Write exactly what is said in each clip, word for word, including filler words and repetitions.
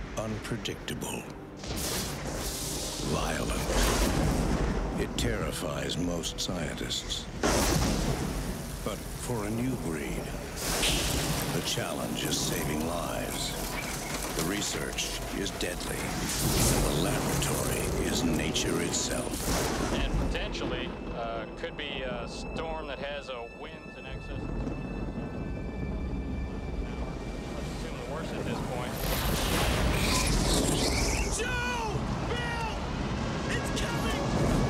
unpredictable, violent. It terrifies most scientists. But for a new breed, the challenge is saving lives. The research is deadly. The laboratory is nature itself. And potentially, uh, could be a storm that has a winds in excess of... Let's assume the worst at this point. Joe! Bill! It's coming!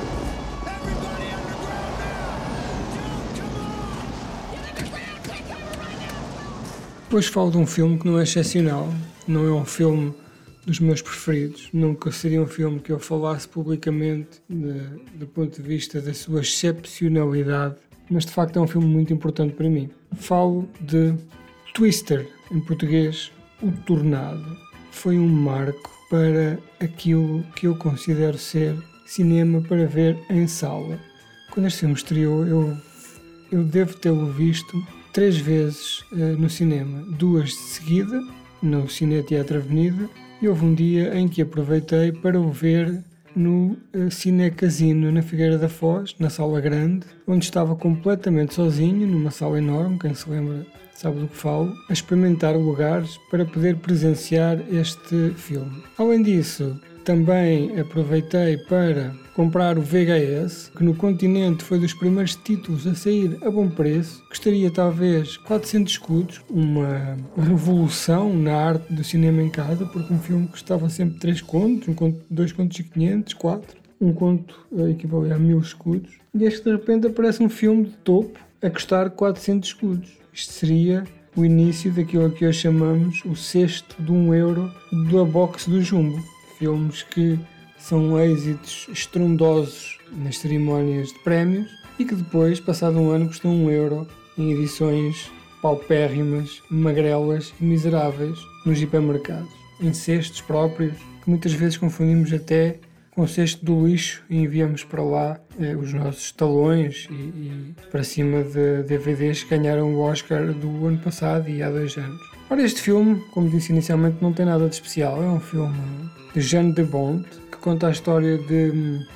Everybody underground now! Joe, come on! Get underground! Take cover right now! Depois falo de um filme que não é excepcional. Não é um filme dos meus preferidos. Nunca seria um filme que eu falasse publicamente de, do ponto de vista da sua excepcionalidade, mas de facto é um filme muito importante para mim. Falo de Twister, em português, O Tornado. Foi um marco para aquilo que eu considero ser cinema para ver em sala. Quando este filme estreou, eu, eu devo tê-lo visto três vezes uh, no cinema. Duas de seguida, no Cine Teatro Avenida, e houve um dia em que aproveitei para o ver no uh, Cine Casino, na Figueira da Foz, na sala grande, onde estava completamente sozinho, numa sala enorme, quem se lembra sabe do que falo, a experimentar lugares para poder presenciar este filme. Além disso, também aproveitei para comprar o V H S, que no continente foi dos primeiros títulos a sair a bom preço, custaria talvez quatrocentos escudos, uma revolução na arte do cinema em casa, porque um filme custava sempre três contos, um conto, dois contos e quinhentos, quatro, um conto equivalia a mil escudos, e este de repente aparece um filme de topo a custar quatrocentos escudos. Isto seria o início daquilo que hoje chamamos o cesto de um euro da box do Jumbo. Filmes que são êxitos estrondosos nas cerimónias de prémios e que depois, passado um ano, custam um euro em edições paupérrimas, magrelas e miseráveis nos hipermercados. Em cestos próprios, que muitas vezes confundimos até com o cesto do lixo e enviamos para lá eh, os nossos talões e, e para cima de D V Ds que ganharam o Oscar do ano passado e há dois anos. Ora, este filme, como disse inicialmente, não tem nada de especial. É um filme de Jean de Bont, que conta a história de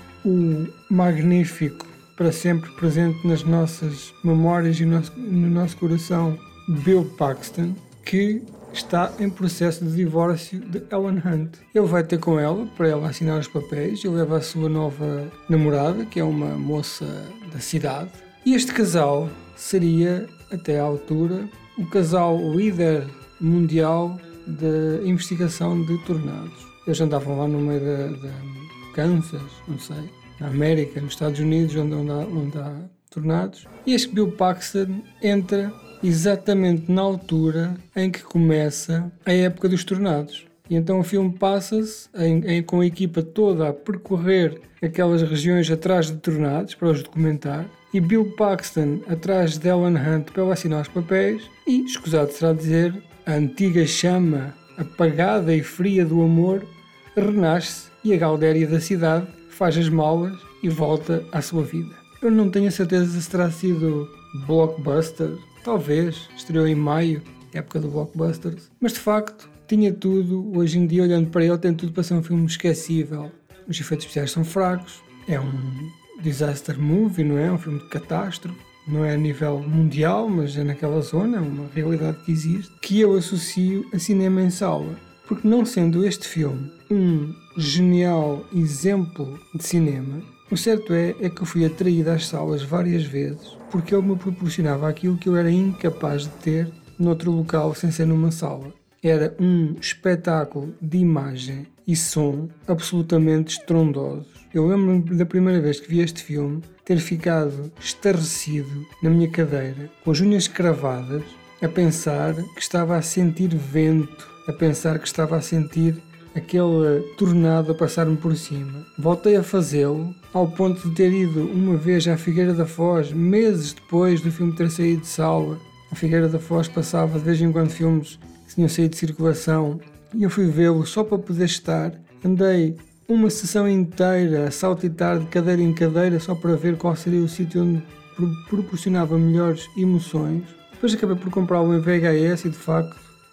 um magnífico, para sempre presente nas nossas memórias e no nosso, no nosso coração, Bill Paxton, que está em processo de divórcio de Helen Hunt. Ele vai ter com ela para ela assinar os papéis e leva a sua nova namorada, que é uma moça da cidade. E este casal seria, até à altura, o casal líder mundial da investigação de tornados. Eles andavam lá no meio da, da Kansas, não sei, na América, nos Estados Unidos, onde, onde, há, onde há tornados. E este Bill Paxton entra exatamente na altura em que começa a época dos tornados. E então o filme passa-se em, em, com a equipa toda a percorrer aquelas regiões atrás de tornados para os documentar, e Bill Paxton atrás de Helen Hunt para ela assinar os papéis, e, escusado será dizer, a antiga chama apagada e fria do amor renasce e a Galdéria da cidade faz as malas e volta à sua vida. Eu não tenho a certeza se terá sido blockbuster, talvez, estreou em maio, época do blockbusters, mas de facto tinha tudo. Hoje em dia, olhando para ele, tem tudo para ser um filme esquecível. Os efeitos especiais são fracos, é um disaster movie, não é? Um filme de catástrofe, não é a nível mundial, mas é naquela zona, é uma realidade que existe, que eu associo a cinema em sala. Porque não sendo este filme um genial exemplo de cinema, o certo é, é que eu fui atraído às salas várias vezes porque ele me proporcionava aquilo que eu era incapaz de ter noutro local sem ser numa sala. Era um espetáculo de imagem e som absolutamente estrondosos. Eu lembro-me da primeira vez que vi este filme ter ficado estarrecido na minha cadeira, com as unhas cravadas, a pensar que estava a sentir vento, a pensar que estava a sentir aquele tornado a passar-me por cima. Voltei a fazê-lo ao ponto de ter ido uma vez à Figueira da Foz, meses depois do filme ter saído de sala. A Figueira da Foz passava de vez em quando filmes que tinham saído de circulação e eu fui vê-lo só para poder estar. Andei uma sessão inteira a saltitar de cadeira em cadeira só para ver qual seria o sítio onde proporcionava melhores emoções. Depois acabei por comprá-lo em V H S e de facto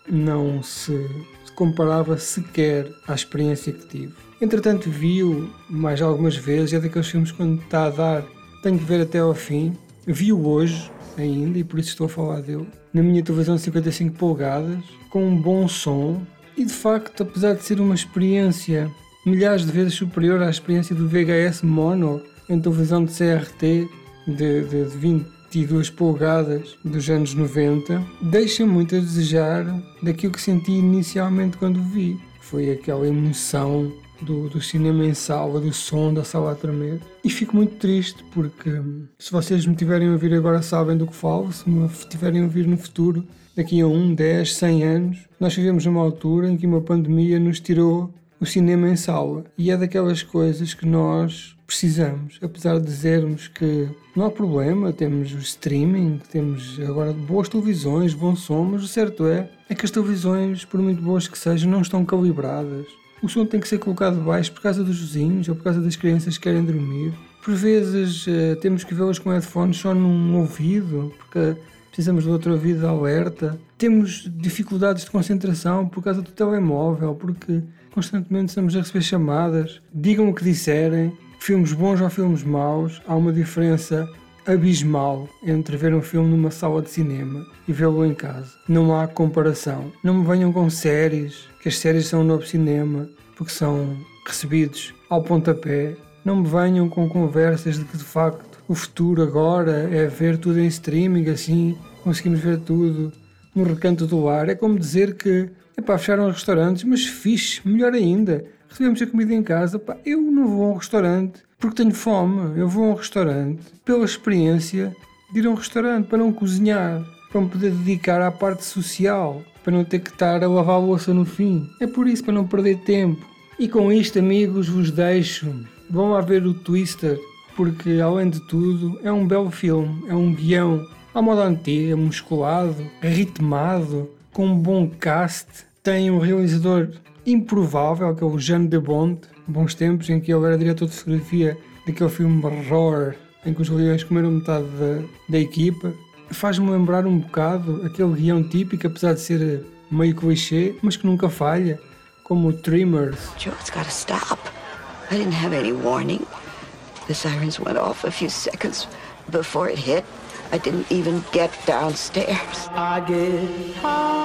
não se comparava sequer à experiência que tive. Entretanto, vi-o mais algumas vezes, é daqueles filmes que quando está a dar tenho que ver até ao fim. Vi-o hoje ainda e por isso estou a falar dele. Na minha televisão de cinquenta e cinco polegadas, com um bom som e de facto, apesar de ser uma experiência milhares de vezes superior à experiência do V H S mono em televisão de C R T de, de, de vinte e duas polegadas dos anos noventa, deixa muito a desejar daquilo que senti inicialmente quando o vi. Foi aquela emoção do, do cinema em sala, do som da sala a tremer. E fico muito triste porque, se vocês me tiverem a ouvir agora sabem do que falo, se me tiverem a ouvir no futuro, daqui a um, dez, cem anos, nós vivemos numa altura em que uma pandemia nos tirou o cinema em sala. E é daquelas coisas que nós precisamos, apesar de dizermos que não há problema, temos o streaming, temos agora boas televisões, bom som, mas o certo é, é que as televisões, por muito boas que sejam, não estão calibradas. O som tem que ser colocado baixo por causa dos vizinhos ou por causa das crianças que querem dormir. Por vezes uh, temos que vê-las com headphones só num ouvido, porque precisamos do outro ouvido de alerta. Temos dificuldades de concentração por causa do telemóvel, porque constantemente estamos a receber chamadas. Digam o que disserem, filmes bons ou filmes maus, há uma diferença abismal entre ver um filme numa sala de cinema e vê-lo em casa. Não há comparação. Não me venham com séries, que as séries são um novo cinema, porque são recebidos ao pontapé. Não me venham com conversas de que de facto o futuro agora é ver tudo em streaming, assim conseguimos ver tudo no recanto do lar. É como dizer que epá, fecharam os restaurantes, mas fixe, melhor ainda, recebemos a comida em casa. Epá, eu não vou a um restaurante porque tenho fome, eu vou a um restaurante pela experiência de ir a um restaurante, para não cozinhar, para me poder dedicar à parte social, para não ter que estar a lavar a louça no fim. É por isso, para não perder tempo. E com isto, amigos, vos deixo. Vão lá ver o Twister, porque além de tudo é um belo filme, é um guião à moda antiga, musculado, ritmado, com um bom cast. Tem um realizador improvável, que é o Jean de Bond, bons tempos em que ele era diretor de fotografia daquele filme Roar, em que os leões comeram metade da, da equipa. Faz-me lembrar um bocado aquele guião típico, apesar de ser meio clichê, mas que nunca falha, como o Tremors. Joe, it's gotta stop. I didn't have any warning. The sirens went off a few seconds before it hit. I didn't even get downstairs. I get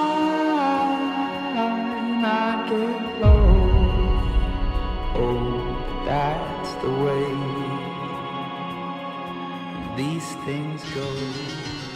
high and I get low. Oh, that's the way these things go.